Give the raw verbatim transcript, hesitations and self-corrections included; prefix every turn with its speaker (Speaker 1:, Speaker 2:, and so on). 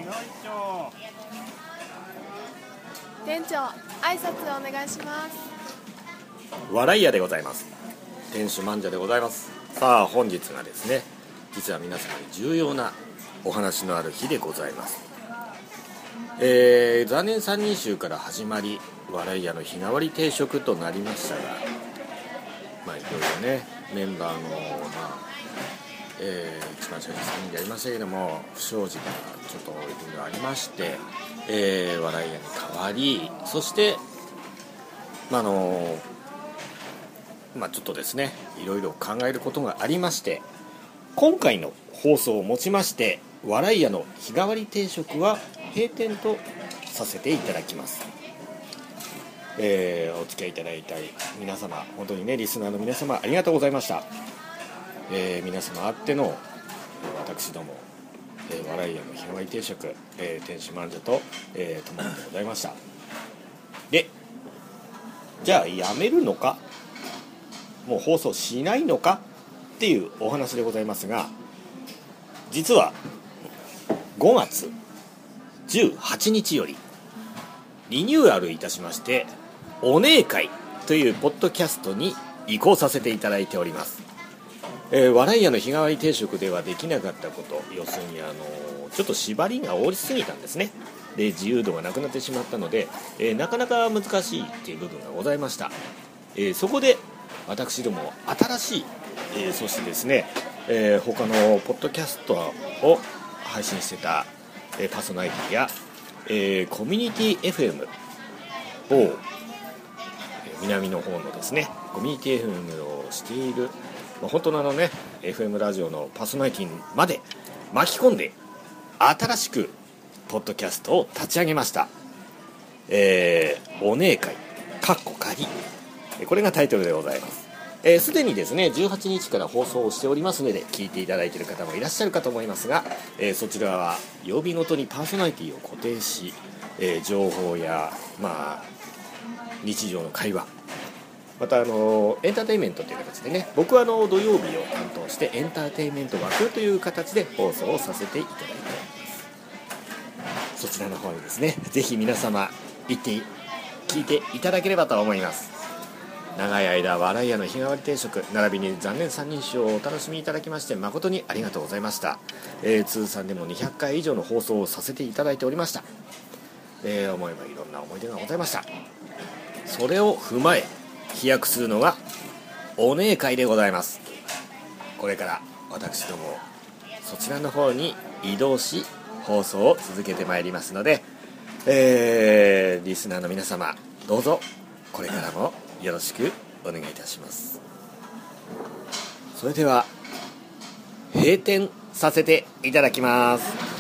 Speaker 1: 店長、挨拶お願いします。
Speaker 2: 笑い屋でございます。店主万者でございます。さあ本日がですね、実は皆様に重要なお話のある日でございます。えー、残念三人衆から始まり、笑い屋の日替わり定食となりましたが、まあいろいろね、メンバーの、まあえー、一番最初さんにんでやりましたけども、不祥事がちょっといろいろありまして、えー、笑い屋に変わり、そしてまああのまあちょっとですね、いろいろ考えることがありまして、今回の放送をもちまして笑い屋の日替わり定食は閉店とさせていただきます。えー、お付き合いいただいた皆様、本当にね、リスナーの皆様ありがとうございました。えー、皆様あっての私ども、えー、笑い屋の日替わり定食、えー、店主万者と、えー、友達でございました。で、じゃあやめるのか、もう放送しないのかっていうお話でございますが、実はごがつじゅうはちにちよりリニューアルいたしまして、お姉会というポッドキャストに移行させていただいております。えー、笑い屋の日替わり定食ではできなかったこと、要するにあのー、ちょっと縛りが多りすぎたんですね。で、自由度がなくなってしまったので、えー、なかなか難しいっていう部分がございました。えー、そこで私ども新しい、えー、そしてですね、えー、他のポッドキャストを配信してた、えー、パーソナリティや、えー、コミュニティ エフエム を、えー、南の方のですねコミュニティ エフエム をしている、まあ、本当のあのね エフエム ラジオのパーソナリティまで巻き込んで新しくポッドキャストを立ち上げました。えー、お姉会かっこ仮、これがタイトルでございます。えー、すでにですねじゅうはちにちから放送をしておりますので、聞いていただいている方もいらっしゃるかと思いますが、えー、そちらは曜日ごとにパーソナリティを固定し、えー、情報や、まあ、日常の会話、またあのエンターテインメントという形でね、僕はあの土曜日を担当してエンターテインメント枠という形で放送をさせていただいております。そちらの方にですね、ぜひ皆様行って聞いていただければと思います。長い間笑い屋の日替わり定食並びに残念三人称をお楽しみいただきまして誠にありがとうございました。えー、通算でもにひゃっかい以上の放送をさせていただいておりました。えー、思えばいろんな思い出がございました。それを踏まえ飛躍するのがお姉会でございます。これから私どもそちらの方に移動し放送を続けてまいりますので、えー、リスナーの皆様どうぞこれからもよろしくお願いいたします。それでは閉店させていただきます。